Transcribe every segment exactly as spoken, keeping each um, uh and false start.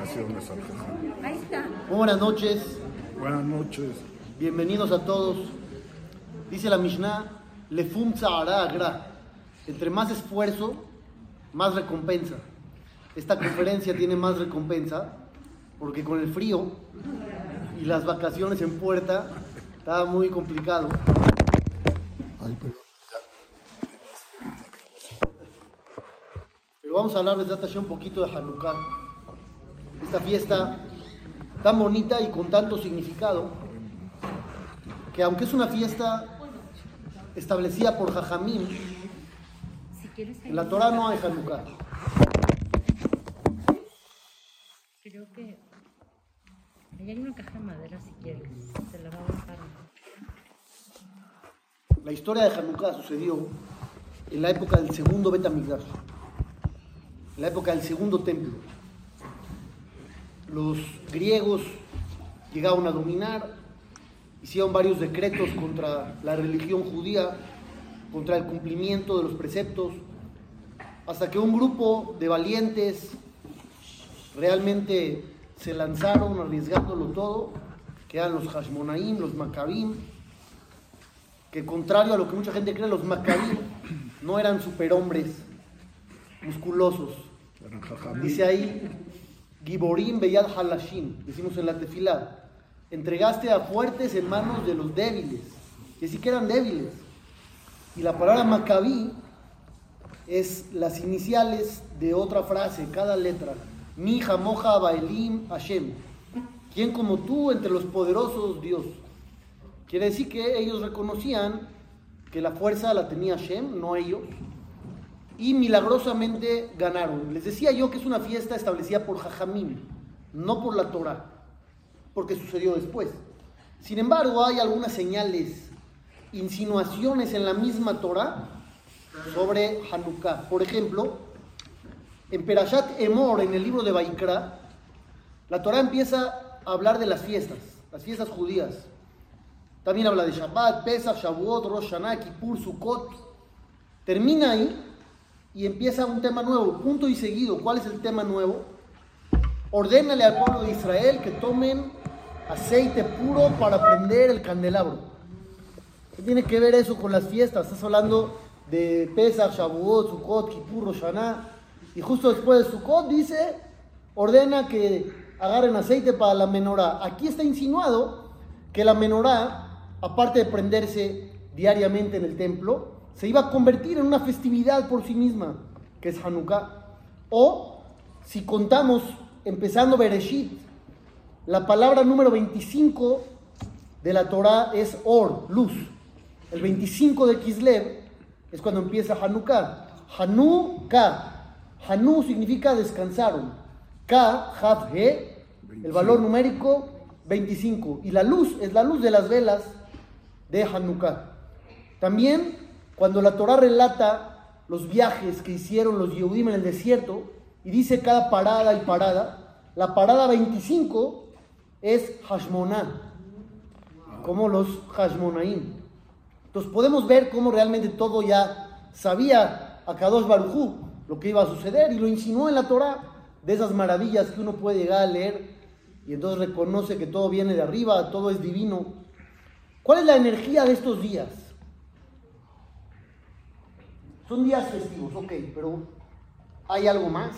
Bendiciones al Jesús. Ahí está. Muy buenas noches. Buenas noches. Bienvenidos a todos. Dice la Mishnah, Lefum Tzahara Agra. Entre más esfuerzo, más recompensa. Esta conferencia tiene más recompensa porque con el frío y las vacaciones en puerta estaba muy complicado. Ay, pero Pero vamos a hablar de un poquito de Hanukkah. Esta fiesta tan bonita y con tanto significado, que aunque es una fiesta establecida por Jajamim, en la Torah no hay Hanukkah. Creo que ahí hay una caja de madera si quieres. Se la va a bajar. La historia de Hanukkah sucedió en la época del segundo Bet HaMikdash, en la época del segundo templo. Los griegos llegaron a dominar, hicieron varios decretos contra la religión judía, contra el cumplimiento de los preceptos, hasta que un grupo de valientes realmente se lanzaron arriesgándolo todo, que eran los Hashmonaim, los Maccabim, que contrario a lo que mucha gente cree, los Maccabim no eran superhombres musculosos. Dice ahí, Giborim Beyad Halashim, decimos en la tefilá, entregaste a fuertes en manos de los débiles, que sí que eran débiles. Y la palabra Maccabí es las iniciales de otra frase, cada letra. Mi Jamoja Baelim Hashem. ¿Quién como tú entre los poderosos, Dios? Quiere decir que ellos reconocían que la fuerza la tenía Hashem, no ellos, y milagrosamente ganaron. Les decía yo que es una fiesta establecida por Jajamim, no por la Torah, porque sucedió después. Sin embargo, hay algunas señales, insinuaciones en la misma Torah sobre Hanukkah. Por ejemplo, en Perashat Emor, en el libro de Vaikra, la Torah empieza a hablar de las fiestas, las fiestas judías. También habla de Shabbat, Pesach, Shavuot, Rosh Hashanah, Kippur, Sukkot. Termina ahí y empieza un tema nuevo, punto y seguido. ¿Cuál es el tema nuevo? Ordénale al pueblo de Israel que tomen aceite puro para prender el candelabro. ¿Qué tiene que ver eso con las fiestas? Estás hablando de Pesach, Shavuot, Sukkot, Kippur, Rosh Hashanah. Y justo después de Sukkot dice, ordena que agarren aceite para la menorá. Aquí está insinuado que la menorá, aparte de prenderse diariamente en el templo, se iba a convertir en una festividad por sí misma, que es Hanukkah. O, si contamos, empezando Bereshit, la palabra número veinticinco de la Torah es Or, luz. El veinticinco de Kislev es cuando empieza Hanukkah. Hanukkah. Hanu significa descansaron. Ka, Hav, He, el valor numérico veinticinco. Y la luz es la luz de las velas de Hanukkah. También, cuando la Torah relata los viajes que hicieron los Yehudim en el desierto, y dice cada parada y parada, la parada veinticinco es Hashmoná, como los Hashmonaim. Entonces podemos ver cómo realmente todo ya sabía Akadosh Baruj Hu lo que iba a suceder y lo insinuó en la Torah, de esas maravillas que uno puede llegar a leer y entonces reconoce que todo viene de arriba, todo es divino. ¿Cuál es la energía de estos días? Son días festivos, ok, pero ¿hay algo más?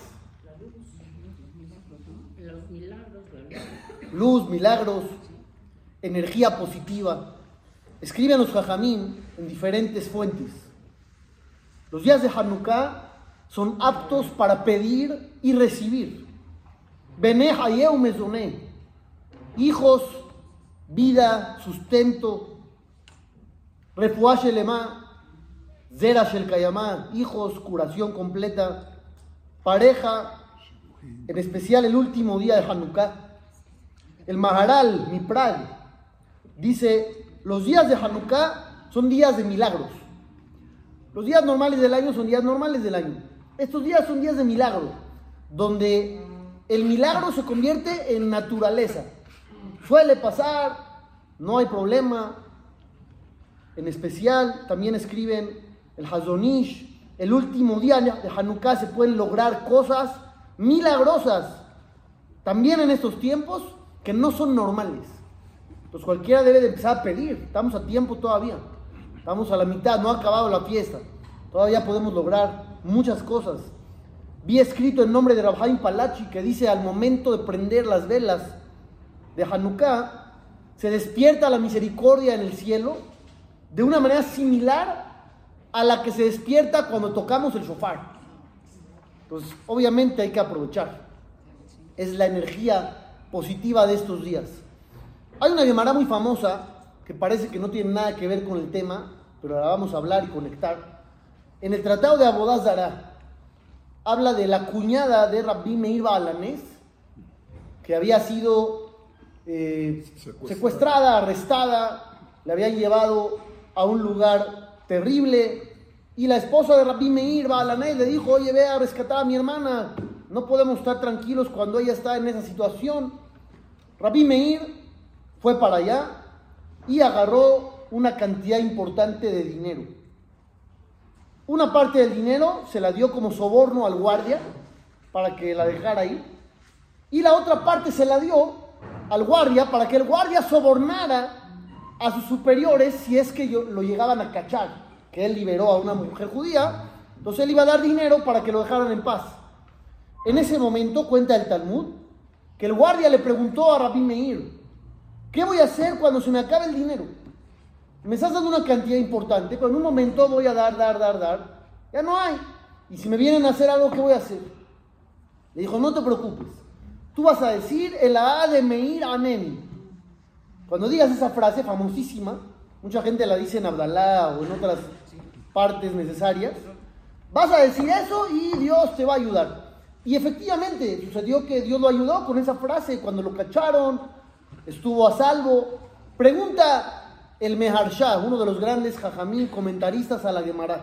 Los milagros, ¿verdad? Luz, milagros, energía positiva. Escriben los Jajamim en diferentes fuentes. Los días de Hanukkah son aptos para pedir y recibir. Bene Hayeu Mezoné, hijos, vida, sustento. Refuah Shelema, Zera Shel Kayamá, hijos, curación completa. Pareja, en especial el último día de Hanukkah. El Maharal, Miprag, dice, los días de Hanukkah son días de milagros. Los días normales del año son días normales del año. Estos días son días de milagro, donde el milagro se convierte en naturaleza. Suele pasar, no hay problema. En especial, también escriben el Hazonish, el último día de Hanukkah se pueden lograr cosas milagrosas. también en estos tiempos que no son normales. Entonces cualquiera debe de empezar a pedir. Estamos a tiempo todavía. Estamos a la mitad, no ha acabado la fiesta. Todavía podemos lograr muchas cosas. Vi escrito en nombre de Rab Haim Palachi que dice: al momento de prender las velas de Hanukkah, se despierta la misericordia en el cielo de una manera similar a la que se despierta cuando tocamos el shofar. Entonces, obviamente hay que aprovechar. Es la energía positiva de estos días. Hay una Gemara muy famosa que parece que no tiene nada que ver con el tema, pero la vamos a hablar y conectar. En el tratado de Abodá Zará habla de la cuñada de Rabbi Meir Baalanés, que había sido eh, secuestrada. secuestrada, arrestada, la habían llevado a un lugar terrible, y la esposa de Rabbi Meir Baalanés le dijo: oye, ve a rescatar a mi hermana, no podemos estar tranquilos cuando ella está en esa situación. Rabbi Meir fue para allá y agarró una cantidad importante de dinero. Una parte del dinero se la dio como soborno al guardia para que la dejara ir, y la otra parte se la dio al guardia para que el guardia sobornara a sus superiores si es que lo llegaban a cachar, que él liberó a una mujer judía. Entonces él iba a dar dinero para que lo dejaran en paz. En ese momento, cuenta el Talmud, que el guardia le preguntó a Rabbi Meir: ¿qué voy a hacer cuando se me acabe el dinero? Me estás dando una cantidad importante, pero en un momento voy a dar, dar, dar, dar. Ya no hay. Y si me vienen a hacer algo, ¿qué voy a hacer? Le dijo: no te preocupes. Tú vas a decir el A de Meir Aneni. Cuando digas esa frase famosísima, mucha gente la dice en Abdalá o en otras partes necesarias, vas a decir eso y Dios te va a ayudar. Y efectivamente sucedió que Dios lo ayudó con esa frase. Cuando lo cacharon, estuvo a salvo. Pregunta el Meharsha, uno de los grandes jajamín comentaristas a la Gemara: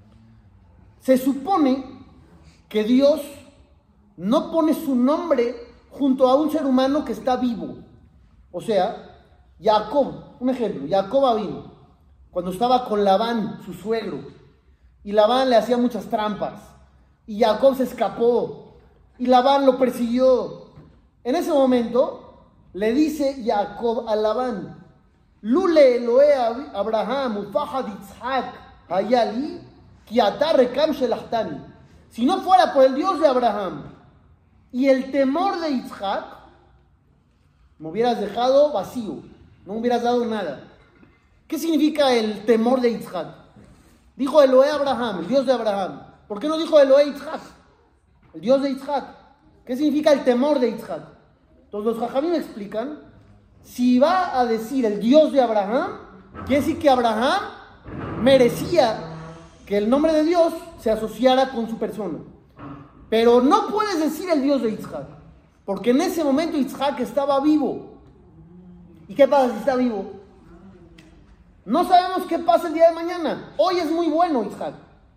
se supone que Dios no pone su nombre junto a un ser humano que está vivo. O sea, Jacob, un ejemplo, Jacob vino cuando estaba con Labán, su suegro, y Labán le hacía muchas trampas, y Jacob se escapó, y Labán lo persiguió. En ese momento le dice Jacob a Labán: Lule Elohe Abraham ufahad Yitzhak hayali ki ata rekam shelachtani. Si no fuera por el Dios de Abraham y el temor de Yitzhak, me hubieras dejado vacío, no me hubieras dado nada. ¿Qué significa el temor de Yitzhak? Dijo Elohe Abraham, el Dios de Abraham. ¿Por qué no dijo Elohe Yitzhak, el Dios de Yitzhak? ¿Qué significa el temor de Yitzhak? Entonces los jajamim explican: si va a decir el Dios de Abraham, quiere decir que Abraham merecía que el nombre de Dios se asociara con su persona. Pero no puedes decir el Dios de Yitzhak, porque en ese momento Yitzhak estaba vivo. ¿Y qué pasa si está vivo? No sabemos qué pasa el día de mañana. Hoy es muy bueno Yitzhak,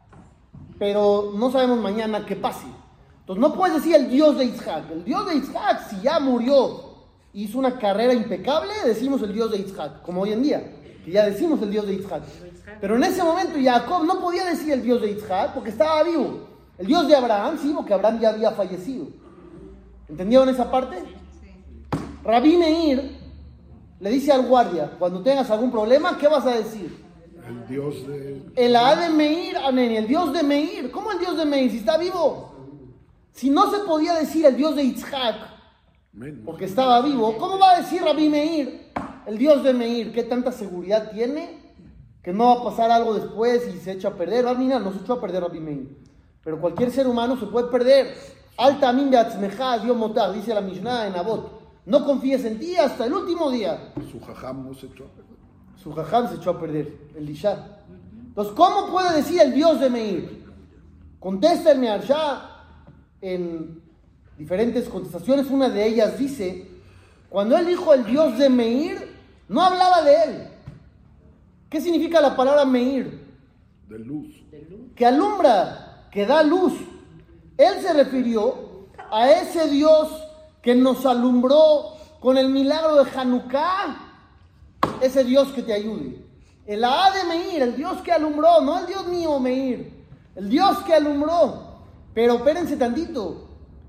pero no sabemos mañana qué pase. Entonces no puedes decir el Dios de Yitzhak. El Dios de Yitzhak, si ya murió, hizo una carrera impecable, decimos el Dios de Yitzhak, como hoy en día, que ya decimos el Dios de Yitzhak. Pero en ese momento Jacob no podía decir el Dios de Yitzhak porque estaba vivo. El Dios de Abraham sí, porque Abraham ya había fallecido. ¿Entendieron esa parte? Sí. Rabbi Meir le dice al guardia: cuando tengas algún problema, ¿qué vas a decir? El Dios de... El A de Meir, Aneni, el Dios de Meir. ¿Cómo el Dios de Meir si está vivo? Si no se podía decir el Dios de Yitzhak porque estaba vivo, ¿cómo va a decir Rabbi Meir el Dios de Meir? ¿Qué tanta seguridad tiene que no va a pasar algo después y se echa a perder? Rabbi no se echó a perder Rabbi Meir, pero cualquier ser humano se puede perder. Alta min beatzmeja Dios motar, dice la Mishnah en Avot: no confíes en ti hasta el último día. Su jajam no se echó a perder. Su jajam se echó a perder, el Lishá. Entonces, ¿cómo puede decir el Dios de Meir? Contesta el Meharsha en diferentes contestaciones. Una de ellas dice: cuando él dijo el Dios de Meir, no hablaba de él. ¿Qué significa la palabra Meir? De luz. Que alumbra, que da luz. Él se refirió a ese Dios que nos alumbró con el milagro de Hanukkah. Ese Dios que te ayude. El A de Meir, el Dios que alumbró, no el Dios mío Meir, el Dios que alumbró. Pero espérense tantito.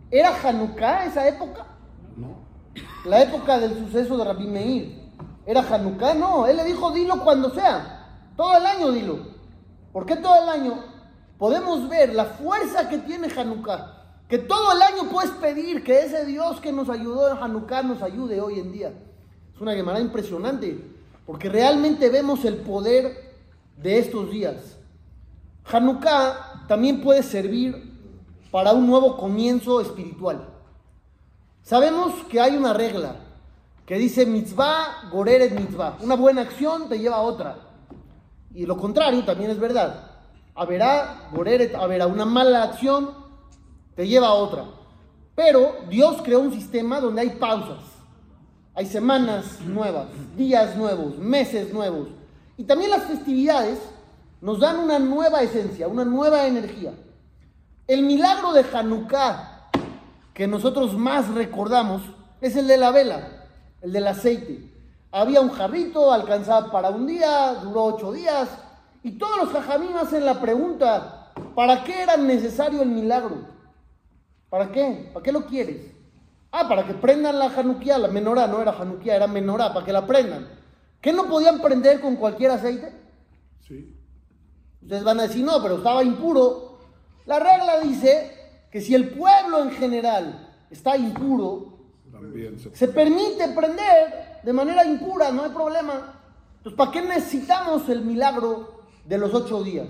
¿Era Hanukkah esa época? No. La época del suceso de Rabbi Meir. ¿Era Hanukkah? No, él le dijo, dilo cuando sea. Todo el año dilo. ¿Por qué todo el año? Podemos ver la fuerza que tiene Hanukkah. Que todo el año puedes pedir que ese Dios que nos ayudó en Hanukkah nos ayude hoy en día. Es una Gemara impresionante. Porque realmente vemos el poder de estos días. Hanukkah también puede servir para un nuevo comienzo espiritual. Sabemos que hay una regla que dice mitzvah goreret mitzvah. Una buena acción te lleva a otra. Y lo contrario también es verdad. Haberá goreret, haberá una mala acción te lleva a otra. Pero Dios creó un sistema donde hay pausas. Hay semanas nuevas, días nuevos, meses nuevos. Y también las festividades nos dan una nueva esencia, una nueva energía. El milagro de Hanukkah que nosotros más recordamos es el de la vela, el del aceite. Había un jarrito, alcanzaba para un día, duró ocho días, y todos los jajamim hacen la pregunta, ¿para qué era necesario el milagro? ¿Para qué? ¿Para qué lo quieres? Ah, para que prendan la Hanukkah, la menorá, no era Hanukkah, era menorá, para que la prendan. ¿Qué no podían prender con cualquier aceite? Sí. Ustedes van a decir, no, pero estaba impuro. La regla dice que si el pueblo en general está impuro, También se, se permite prender de manera impura, no hay problema. Entonces, ¿para qué necesitamos el milagro de los ocho días?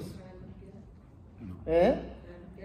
¿Eh?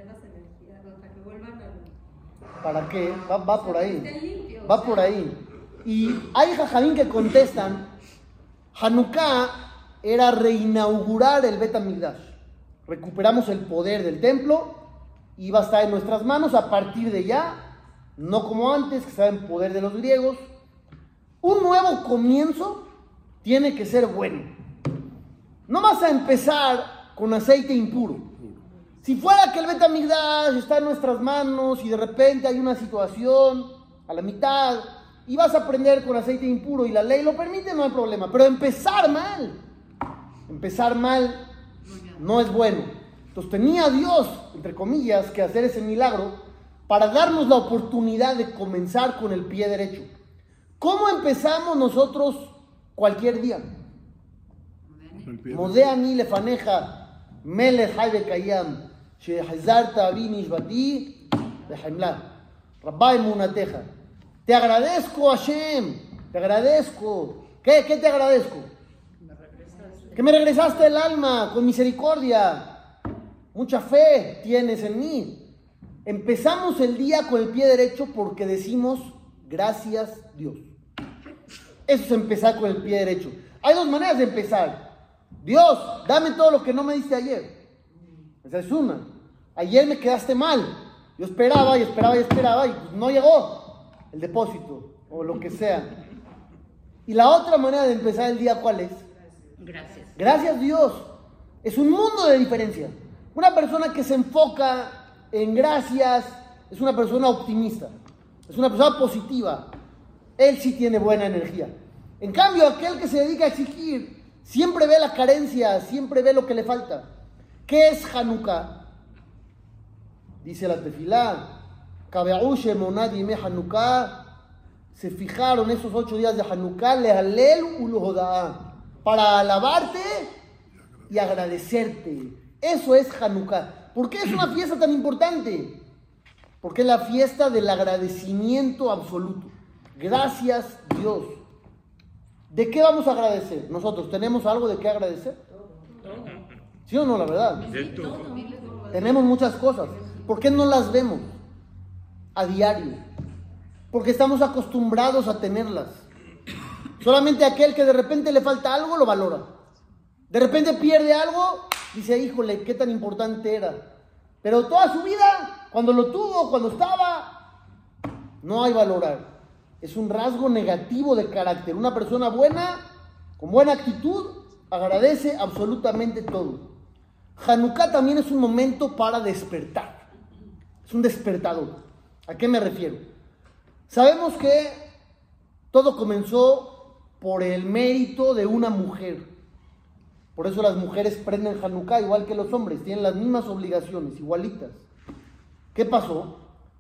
¿Para qué? Va, va por ahí. Va por ahí. Y hay jajamín que contestan, Hanukkah era reinaugurar el Bet HaMikdash. Recuperamos el poder del templo y va a estar en nuestras manos a partir de ya, no como antes, que estaba en poder de los griegos. Un nuevo comienzo tiene que ser bueno. No vas a empezar con aceite impuro. Si fuera que el Bet HaMikdash está en nuestras manos y de repente hay una situación a la mitad y vas a prender con aceite impuro y la ley lo permite, no hay problema. Pero empezar mal, empezar mal no es bueno. Entonces tenía Dios, entre comillas, que hacer ese milagro para darnos la oportunidad de comenzar con el pie derecho. ¿Cómo empezamos nosotros cualquier día? Modeani lefaneja, melech hay bekayam, shehazarta abi mishbati behemla, rabba emunateja. Te agradezco, Hashem, te agradezco. ¿Qué? ¿Qué te agradezco? Que me regresaste el alma con misericordia. Mucha fe tienes en mí. Empezamos el día con el pie derecho porque decimos gracias Dios. Eso es empezar con el pie derecho. Hay dos maneras de empezar. Dios, dame todo lo que no me diste ayer. Esa es una. Ayer me quedaste mal. Yo esperaba y esperaba y esperaba y pues no llegó el depósito o lo que sea. Y la otra manera de empezar el día, ¿cuál es? Gracias. Gracias Dios. Es un mundo de diferencia. Una persona que se enfoca en gracias es una persona optimista. Es una persona positiva. Él sí tiene buena energía. En cambio, aquel que se dedica a exigir siempre ve la carencia, siempre ve lo que le falta. ¿Qué es Hanukkah? Dice la tefilá. Kabe'ushe monadime Hanukkah. Se fijaron esos ocho días de Hanukkah, lehalel uluhoda'ah, para alabarte y agradecerte. Eso es Hanukkah. ¿Por qué es una fiesta tan importante? Porque es la fiesta del agradecimiento absoluto. Gracias Dios. ¿De qué vamos a agradecer? Nosotros, ¿tenemos algo de qué agradecer? ¿Sí o no, la verdad? Tenemos muchas cosas. ¿Por qué no las vemos a diario? Porque estamos acostumbrados a tenerlas. Solamente aquel que de repente le falta algo lo valora. De repente pierde algo, dice, híjole, qué tan importante era. Pero toda su vida, cuando lo tuvo, cuando estaba, no hay valorar. Es un rasgo negativo de carácter. Una persona buena, con buena actitud, agradece absolutamente todo. Hanukkah también es un momento para despertar. Es un despertador. ¿A qué me refiero? Sabemos que todo comenzó por el mérito de una mujer. Por eso las mujeres prenden Hanukkah igual que los hombres. Tienen las mismas obligaciones, igualitas. ¿Qué pasó?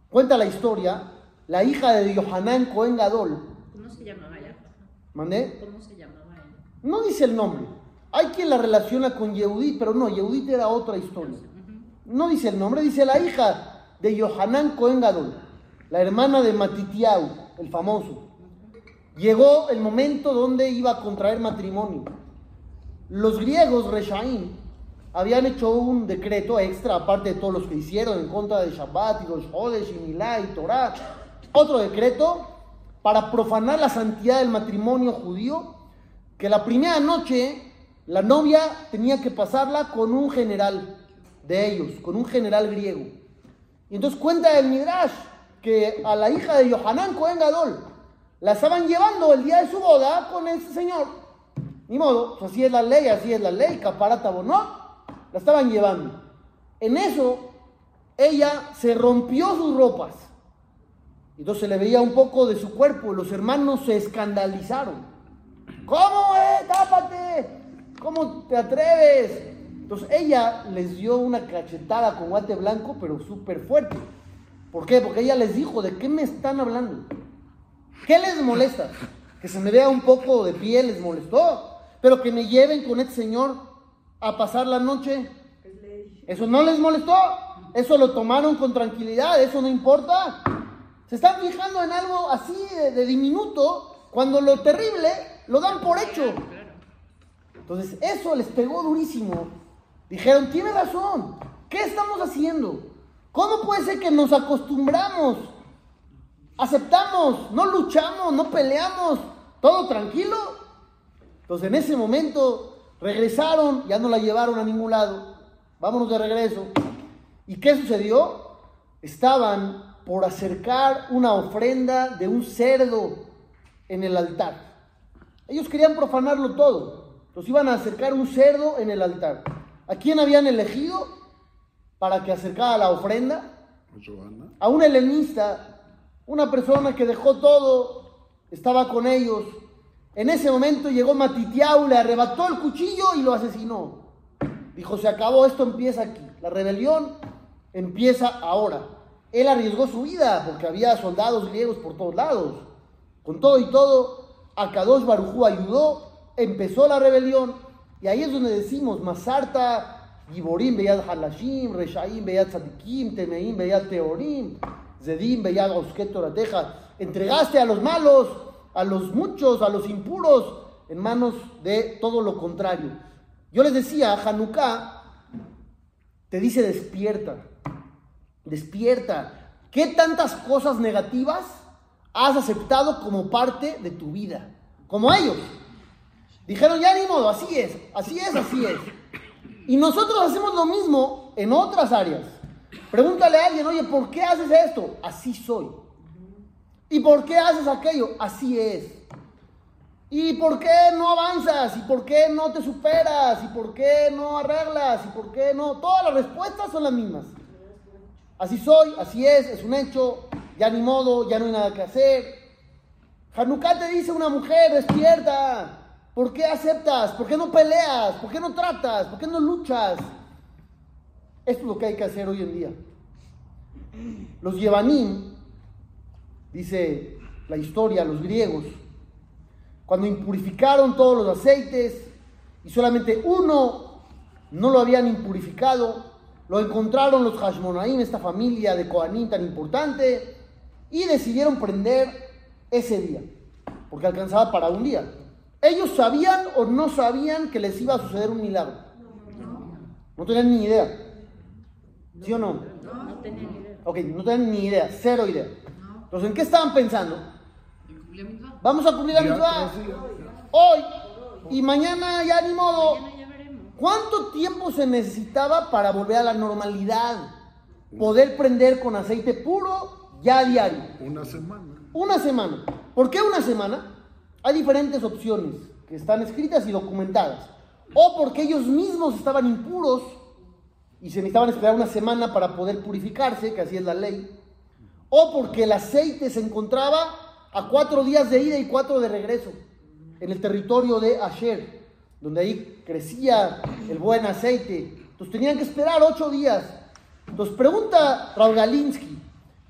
Cuenta la historia, la hija de Yohanan Cohen Gadol. ¿Cómo se llamaba ella? ¿Mandé? ¿Cómo se llamaba ella? No dice el nombre. Hay quien la relaciona con Yehudit, pero no, Yehudit era otra historia. No dice el nombre, dice la hija de Yohanan Cohen Gadol, la hermana de Matitiau, el famoso. Llegó el momento donde iba a contraer matrimonio. Los griegos, Reshaim, habían hecho un decreto extra, aparte de todos los que hicieron en contra de Shabbat y los Hodesh y Milá y Torah. Otro decreto para profanar la santidad del matrimonio judío, que la primera noche la novia tenía que pasarla con un general de ellos, con un general griego. Y entonces cuenta el Midrash que a la hija de Yohanan Cohen Gadol la estaban llevando el día de su boda con ese señor. Ni modo, pues así es la ley, así es la ley, caparata bonó, la estaban llevando. En eso, ella se rompió sus ropas. Entonces se le veía un poco de su cuerpo. Los hermanos se escandalizaron. ¿Cómo, eh? ¡Tápate! ¿Cómo te atreves? Entonces ella les dio una cachetada con guante blanco, pero súper fuerte. ¿Por qué? Porque ella les dijo, ¿de qué me están hablando? ¿Qué les molesta? Que se me vea un poco de piel les molestó, pero que me lleven con este señor a pasar la noche, eso no les molestó, eso lo tomaron con tranquilidad, eso no importa. Se están fijando en algo así de, de diminuto, cuando lo terrible lo dan por hecho. Entonces eso les pegó durísimo. Dijeron, tiene razón, ¿qué estamos haciendo? ¿Cómo puede ser que nos acostumbramos, aceptamos, no luchamos, no peleamos, todo tranquilo? Entonces en ese momento regresaron, ya no la llevaron a ningún lado, vámonos de regreso. ¿Y qué sucedió? Estaban por acercar una ofrenda de un cerdo en el altar. Ellos querían profanarlo todo, entonces iban a acercar un cerdo en el altar. ¿A quién habían elegido para que acercara la ofrenda? A un helenista, una persona que dejó todo, estaba con ellos. En ese momento llegó Matitiau, le arrebató el cuchillo y lo asesinó. Dijo, se acabó, esto empieza aquí. La rebelión empieza ahora. Él arriesgó su vida porque había soldados griegos por todos lados. Con todo y todo, Akadosh Baruj Hu ayudó, empezó la rebelión. Y ahí es donde decimos, Masarta, Giborim, Beyad Halashim, Reshaim, Beyad Tzadikim, Temeim, Beyad Teorim, Zedim, Beyad Osket Torateja. Entregaste a los malos, a los muchos, a los impuros, en manos de todo lo contrario. Yo les decía, Hanukkah te dice despierta, despierta. ¿Qué tantas cosas negativas has aceptado como parte de tu vida? Como ellos. Dijeron, ya ni modo, así es, así es, así es. Y nosotros hacemos lo mismo en otras áreas. Pregúntale a alguien, oye, ¿por qué haces esto? Así soy. ¿Y por qué haces aquello? Así es. ¿Y por qué no avanzas? ¿Y por qué no te superas? ¿Y por qué no arreglas? ¿Y por qué no? Todas las respuestas son las mismas. Así soy, así es, es un hecho, ya ni modo, ya no hay nada que hacer. Hanukkah te dice una mujer, despierta. ¿Por qué aceptas? ¿Por qué no peleas? ¿Por qué no tratas? ¿Por qué no luchas? Esto es lo que hay que hacer hoy en día. Los Yevanim, dice la historia, los griegos, cuando impurificaron todos los aceites y solamente uno no lo habían impurificado, lo encontraron los Hashmonaim, esta familia de Kohanim tan importante, y decidieron prender ese día, porque alcanzaba para un día. ¿Ellos sabían o no sabían que les iba a suceder un milagro? No tenían ni idea. ¿Sí o no? No, no tenía ni idea. Ok, no tenían ni idea, cero idea. Entonces, ¿en qué estaban pensando? Vamos a cumplir la mitzvah hoy y mañana ya ni modo. Mañana ya veremos. ¿Cuánto tiempo se necesitaba para volver a la normalidad? Poder prender con aceite puro ya a diario. Una semana. Una semana. ¿Por qué una semana? Hay diferentes opciones que están escritas y documentadas. O porque ellos mismos estaban impuros y se necesitaban esperar una semana para poder purificarse, que así es la ley. O porque el aceite se encontraba a cuatro días de ida y cuatro de regreso en el territorio de Asher, donde ahí crecía el buen aceite. Entonces tenían que esperar ocho días. Entonces pregunta Raúl Galinsky,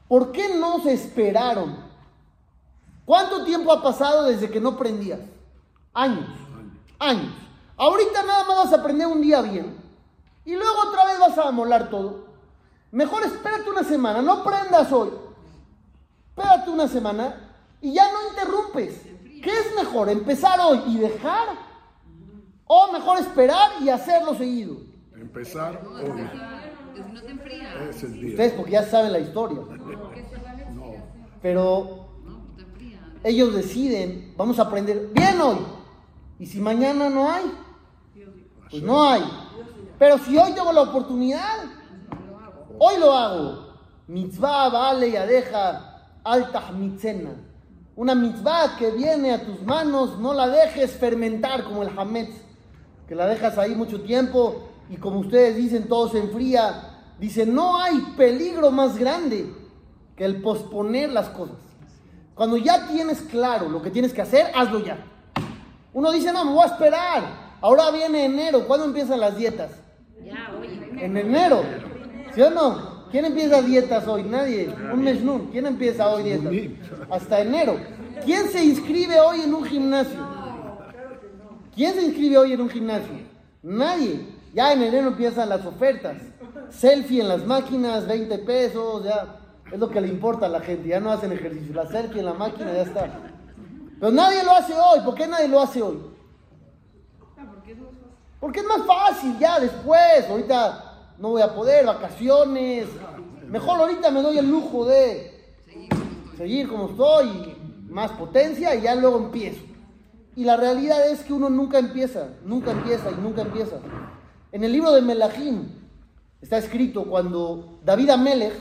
¿Por qué no se esperaron? ¿Cuánto tiempo ha pasado desde que no prendías? Años, años. Ahorita nada más vas a aprender un día bien y luego otra vez vas a amolar todo. Mejor espérate una semana, no prendas hoy. Espérate una semana y ya no interrumpes. ¿Qué es mejor, empezar hoy y dejar? ¿O mejor esperar y hacerlo seguido? Empezar hoy. No te enfrías. Es el día. Ustedes porque ya saben la historia. No. Pero No, te enfrías. ellos deciden, vamos a aprender bien hoy. Y si mañana no hay, pues no hay. Pero si hoy tengo la oportunidad, hoy lo hago. Mitzvah vale y adeja altah mitzena. Una mitzvah que viene a tus manos, no la dejes fermentar como el hametz, que la dejas ahí mucho tiempo y como ustedes dicen, todo se enfría. Dicen, no hay peligro más grande que el posponer las cosas. Cuando ya tienes claro lo que tienes que hacer, hazlo ya. Uno dice, no, me voy a esperar. Ahora viene enero. ¿Cuándo empiezan las dietas? Ya, oye. En enero. ¿Sí o no? ¿Quién empieza dietas hoy? Nadie. Un mesnún. ¿Quién empieza hoy dietas? Hasta enero. ¿Quién se inscribe hoy en un gimnasio? ¿Quién se inscribe hoy en un gimnasio? Nadie. Ya en enero empiezan las ofertas. Selfie en las máquinas, veinte pesos, ya. Es lo que le importa a la gente. Ya no hacen ejercicio. La selfie en la máquina, ya está. Pero nadie lo hace hoy. ¿Por qué nadie lo hace hoy? Porque es más fácil, ya después. Ahorita no voy a poder, vacaciones. Mejor ahorita me doy el lujo de seguir como estoy, más potencia y ya luego empiezo. Y la realidad es que uno nunca empieza, nunca empieza y nunca empieza. En el libro de Melahim está escrito cuando David Amelech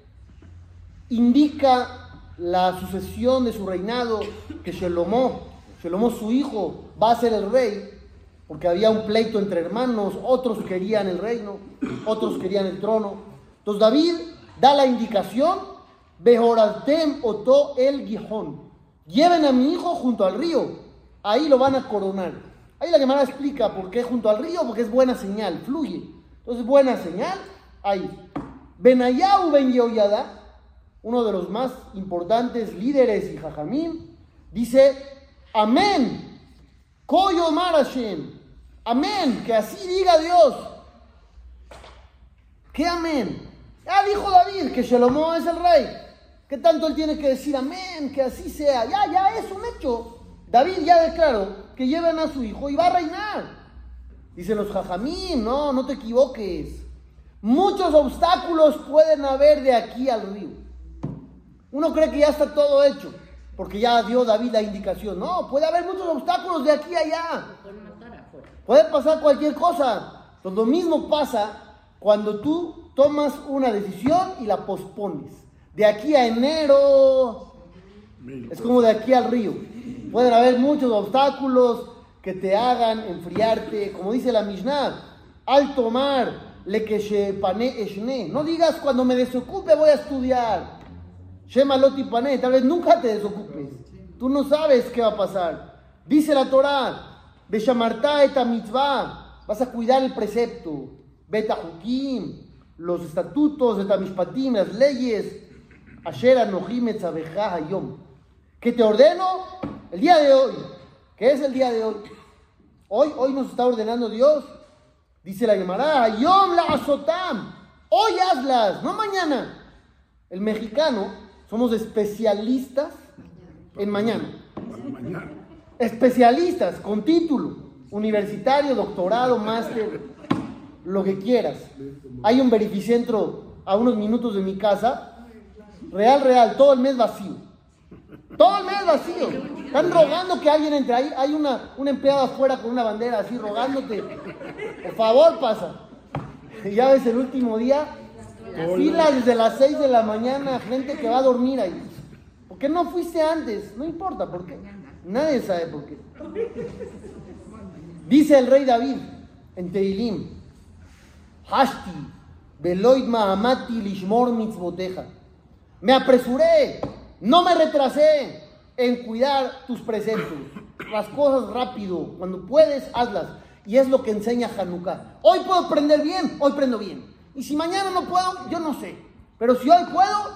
indica la sucesión de su reinado, que Shelomó, Shelomó su hijo, va a ser el rey, porque había un pleito entre hermanos, otros querían el reino, otros querían el trono. Entonces David da la indicación, Behoraltem oto el Gijón, lleven a mi hijo junto al río, ahí lo van a coronar. Ahí la Gemara explica por qué junto al río, porque es buena señal, fluye. Entonces buena señal, ahí. Benayahu ben Yehoyada, uno de los más importantes líderes y jajamín, dice, amén, Koyomar Hashem, amén, que así diga Dios. ¿Qué amén? Ya dijo David que Shelomó es el rey. ¿Qué tanto él tiene que decir amén, que así sea? Ya, ya es un hecho. David ya declaró que lleven a su hijo y va a reinar. Dicen los jajamín, no, no te equivoques. Muchos obstáculos pueden haber de aquí al río. Uno cree que ya está todo hecho, porque ya dio David la indicación. No, puede haber muchos obstáculos de aquí a allá. Puede pasar cualquier cosa. Pues lo mismo pasa cuando tú tomas una decisión y la pospones. De aquí a enero, es como de aquí al río. Pueden haber muchos obstáculos que te hagan enfriarte. Como dice la Mishnah, al tomar le que she pane eshne. No digas cuando me desocupe voy a estudiar. Shema loti pane, tal vez nunca te desocupes. Tú no sabes qué va a pasar. Dice la Torah, Beshamarta eta mitzvah, vas a cuidar el precepto. Beta hukim, los estatutos, eta mishpatim, las leyes. Asher anohim etzabeja hayom. Que te ordeno el día de hoy. ¿Qué es el día de hoy? Hoy, hoy nos está ordenando Dios. Dice la Gemara, hayom la azotam. Hoy hazlas, no mañana. El mexicano somos especialistas en mañana. Mañana. Especialistas con título universitario, doctorado, máster, lo que quieras. Hay un verificentro a unos minutos de mi casa. Real, real, todo el mes vacío. Todo el mes vacío. Están rogando que alguien entre ahí. Hay una, una empleada afuera con una bandera así rogándote. Por favor, pasa. Y ya ves el último día. Filas desde las seis de la mañana. Gente que va a dormir ahí. ¿Por qué no fuiste antes? No importa por qué. Nadie sabe por qué. Dice el rey David en Tehilim: Hashti, Beloit Mahamati Lishmor Mitzvoteja. Me apresuré, no me retrasé en cuidar tus preceptos. Las cosas rápido, cuando puedes, hazlas. Y es lo que enseña Hanukkah. Hoy puedo prender bien, hoy prendo bien. Y si mañana no puedo, yo no sé. Pero si hoy puedo,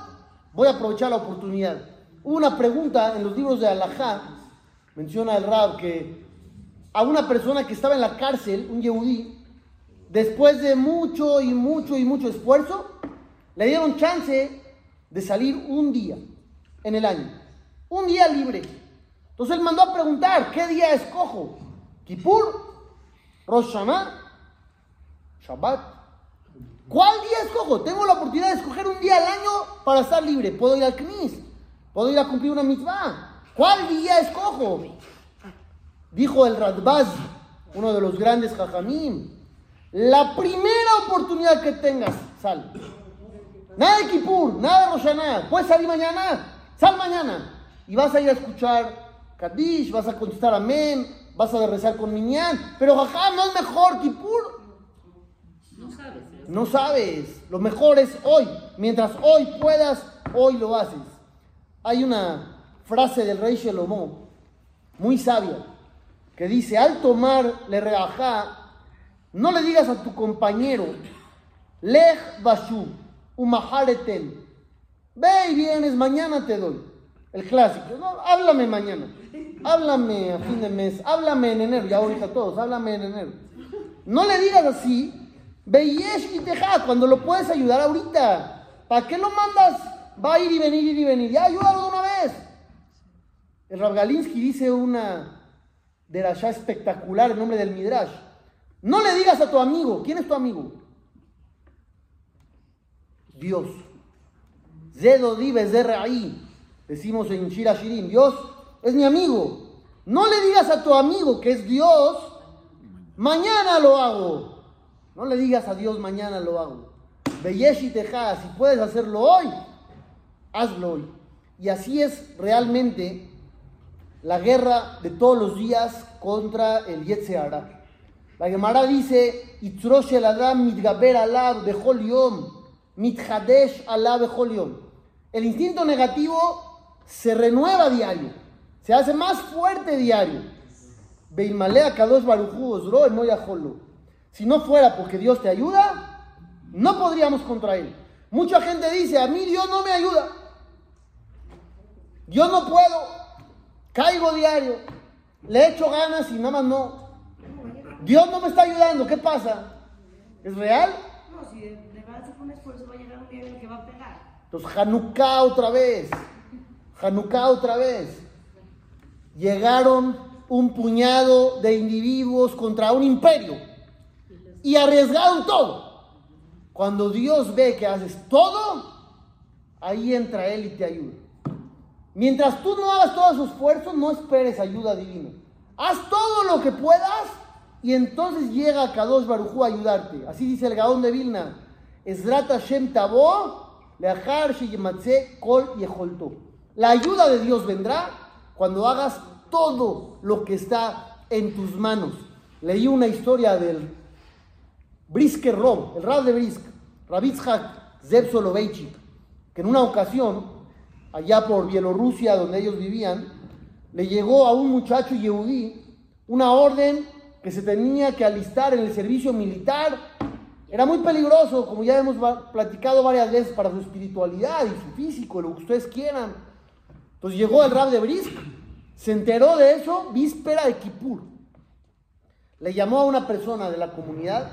Voy a aprovechar la oportunidad. Hubo una pregunta en los libros de Halajá, menciona el Rab, que a una persona que estaba en la cárcel, un yehudí, después de mucho y mucho y mucho esfuerzo, le dieron chance de salir un día en el año. Un día libre. Entonces él mandó a preguntar, ¿qué día escojo? ¿Kippur? ¿Rosh Hashanah? ¿Shabbat? ¿Cuál día escojo? Tengo la oportunidad de escoger un día al año para estar libre. Puedo ir al Knis, puedo ir a cumplir una mitzvah. ¿Cuál día escojo? Dijo el Radbaz, uno de los grandes jajamim, la primera oportunidad que tengas, sal. Nada de Kippur, nada de Rosh Hashanah. ¿Puedes salir mañana? Sal mañana. Y vas a ir a escuchar Kaddish, vas a contestar amén, vas a rezar con Minyan. Pero jajam, ¿no es mejor Kippur? No sabes. ¿eh? No sabes. Lo mejor es hoy. Mientras hoy puedas, hoy lo haces. Hay una frase del rey Shlomo, muy sabia, que dice, al tomar le reajá, no le digas a tu compañero, lech bashu, umahareten, ve y vienes, mañana te doy. El clásico, no, háblame mañana, háblame a fin de mes, háblame en enero, ya ahorita todos, háblame en enero. No le digas así, veyesh y teja, cuando lo puedes ayudar ahorita. ¿Para qué lo mandas? Va a ir y venir, ir y venir, ya ayúdalo de una vez. El Rav Galinsky dice una derashá espectacular en nombre del Midrash. No le digas a tu amigo, ¿quién es tu amigo? Dios. Zedodi bezerraí. Decimos en Shira Shirim, Dios es mi amigo. No le digas a tu amigo que es Dios, mañana lo hago. No le digas a Dios, mañana lo hago. Beyesh y Tejá, si puedes hacerlo hoy, hazlo hoy. Y así es realmente la guerra de todos los días contra el Yetzer Hara. La Gemara dice, Yitzrosh el Adam mitgaber alav bechol yom, mitchadesh alav bechol yom. El instinto negativo se renueva a diario, se hace más fuerte diario. Beilmaleh Akadosh Baruj Hu Ozro no yajolo. Si no fuera porque Dios te ayuda, no podríamos contra él. Mucha gente dice, a mí Dios no me ayuda. Yo no puedo, caigo diario, le echo ganas y nada más no. Dios no me está ayudando, ¿qué pasa? ¿Es real? No, si de, de verdad se pone esfuerzo va a llegar un día en el que va a pegar. Entonces Hanukkah otra vez, Hanukkah otra vez. Llegaron un puñado de individuos contra un imperio y arriesgaron todo. Cuando Dios ve que haces todo, ahí entra Él y te ayuda. Mientras tú no hagas todo su esfuerzo, no esperes ayuda divina. Haz todo lo que puedas y entonces llega Kadosh Baruj Hu a ayudarte. Así dice el Gaón de Vilna. Ezrat Hashem tabo leachar sheyematze kol yecholto. La ayuda de Dios vendrá cuando hagas todo lo que está en tus manos. Leí una historia del Brisker Rob, el Rab de Brisk, Rabitzhak Zev Soloveitchik, que en una ocasión, allá por Bielorrusia, donde ellos vivían, le llegó a un muchacho yehudí una orden que se tenía que alistar en el servicio militar. Era muy peligroso, como ya hemos platicado varias veces, para su espiritualidad y su físico, lo que ustedes quieran. Entonces llegó el Rab de Brisk, se enteró de eso, víspera de Kippur. Le llamó a una persona de la comunidad,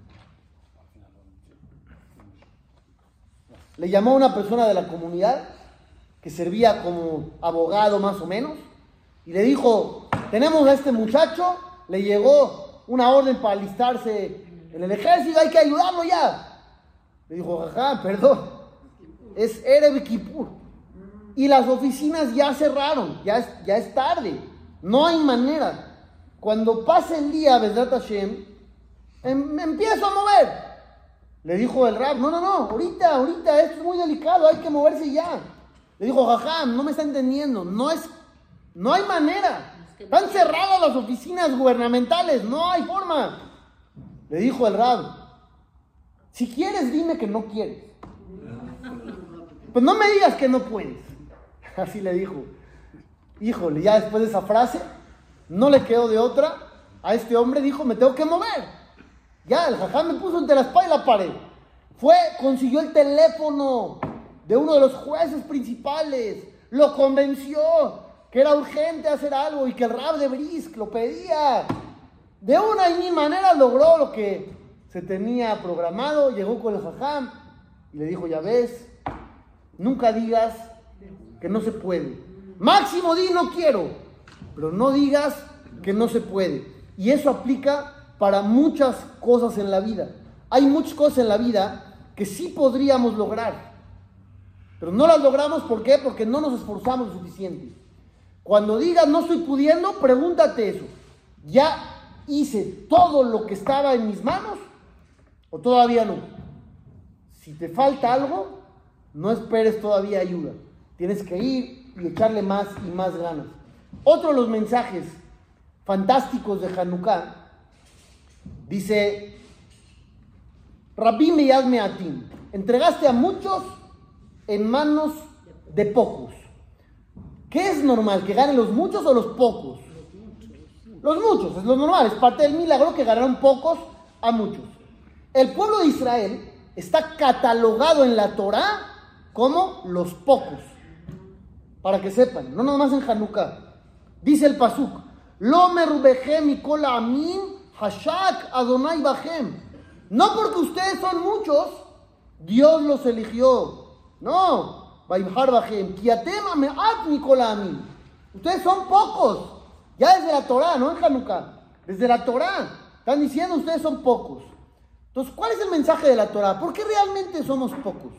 le llamó a una persona de la comunidad que servía como abogado más o menos, y le dijo, tenemos a este muchacho, le llegó una orden para alistarse en el ejército, hay que ayudarlo ya. Le dijo, ajá, perdón, es Erev Kippur, y las oficinas ya cerraron, ya es, ya es tarde, no hay manera. Cuando pase el día, Bezrat Hashem, em, me empiezo a mover. Le dijo el Rab, no, no, no, ahorita, ahorita, esto es muy delicado, hay que moverse ya. Le dijo, jajam, no me está entendiendo, no es, no hay manera. Están cerradas las oficinas gubernamentales, no hay forma. Le dijo el Rab, si quieres, dime que no quieres. Pues no me digas que no puedes. Así le dijo. Híjole, ya después de esa frase, no le quedó de otra. A este hombre dijo, me tengo que mover. Ya, el jajam me puso entre la espalda y la pared. Fue, consiguió el teléfono de uno de los jueces principales. Lo convenció que era urgente hacer algo y que el Rab de Brisk lo pedía. De una y mil maneras logró lo que se tenía programado. Llegó con el Jajam y le dijo, ya ves, nunca digas que no se puede. Máximo di no quiero, pero no digas que no se puede. Y eso aplica para muchas cosas en la vida. Hay muchas cosas en la vida que sí podríamos lograr, pero no las logramos. ¿Por qué? Porque no nos esforzamos lo suficiente. Cuando digas no estoy pudiendo, pregúntate eso. ¿Ya hice todo lo que estaba en mis manos o todavía no? Si te falta algo, no esperes todavía ayuda. Tienes que ir y echarle más y más ganas. Otro de los mensajes fantásticos de Hanukkah dice: Rabbi Meyad Meatim, entregaste a muchos en manos de pocos. ¿Qué es normal? ¿Que ganen los muchos o los pocos? Los muchos, es lo normal, es parte del milagro que ganaron pocos a muchos. El pueblo de Israel está catalogado en la Torá como los pocos. Para que sepan, no nomás en Hanukkah. Dice el pasuk: Lo merubechem mikol ha'amim hashak Adonai bachem. No porque ustedes son muchos, Dios los eligió. No. Vaimhar bachem ki atem me'at mikol ha'amim. Ustedes son pocos. Ya desde la Torá, no en Hanukkah. Desde la Torá. Están diciendo ustedes son pocos. Entonces, ¿cuál es el mensaje de la Torá? ¿Por qué realmente somos pocos?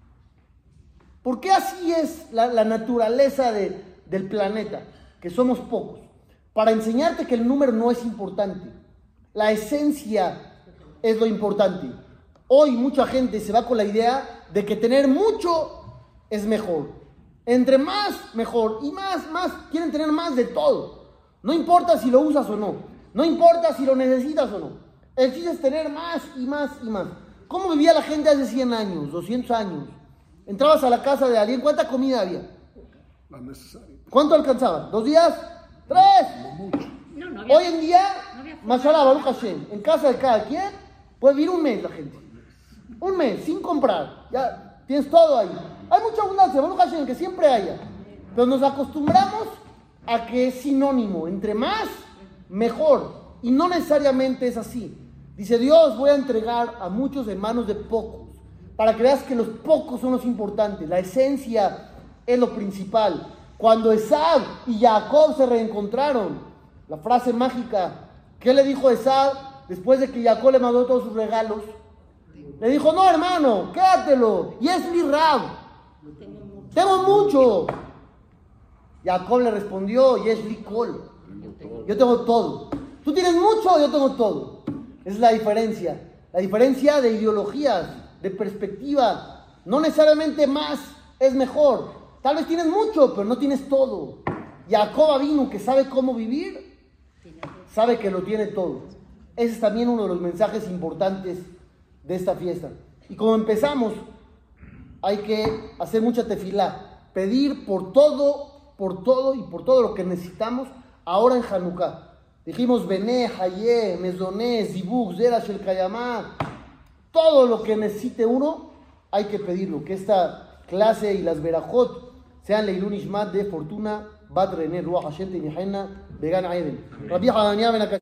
¿Por qué así es la, la naturaleza de, del planeta? Que somos pocos. Para enseñarte que el número no es importante. La esencia es lo importante. Hoy mucha gente se va con la idea de que tener mucho es mejor. Entre más, mejor. Y más, más, quieren tener más de todo. No importa si lo usas o no. No importa si lo necesitas o no. El chiste es tener más y más y más. ¿Cómo vivía la gente hace cien años, doscientos años? Entrabas a la casa de alguien, ¿cuánta comida había? La necesaria. ¿Cuánto alcanzaba? ¿Dos días? ¿Tres? No mucho. No, no había, Hoy en día, no había forma. Mashallah, Baruch Hashem, en casa de cada quien, puede vivir un mes la gente. Un mes, sin comprar. Ya tienes todo ahí. Hay mucha abundancia, Baruch Hashem, que siempre haya. Pero nos acostumbramos a que es sinónimo. Entre más, mejor. Y no necesariamente es así. Dice Dios, voy a entregar a muchos en manos de pocos. Para que veas que los pocos son los importantes. La esencia es lo principal. Cuando Esab y Jacob se reencontraron, la frase mágica, ¿qué le dijo Esab después de que Jacob le mandó todos sus regalos? Le dijo, no hermano, quédatelo. Y es mi Rab. Tengo mucho. Jacob le respondió, y es Licol. Yo tengo todo. Tú tienes mucho, yo tengo todo. Esa es la diferencia. La diferencia de ideologías, de perspectiva. No necesariamente más es mejor. Tal vez tienes mucho, pero no tienes todo. Jacob vino que sabe cómo vivir, sabe que lo tiene todo. Ese es también uno de los mensajes importantes de esta fiesta. Y como empezamos, hay que hacer mucha tefilá, pedir por todo, por todo y por todo lo que necesitamos ahora en Hanukkah. Dijimos Bené, Hayé, Mezoné, Zibuk, Zera, Shel Kayamá. Todo lo que necesite uno, hay que pedirlo. Que esta clase y las Berajot sean Leilun Ishmat de Fortuna, Bat René, Ruach Hashem, Tenihaina, Began Aeden. Rabbi Hananiah Ben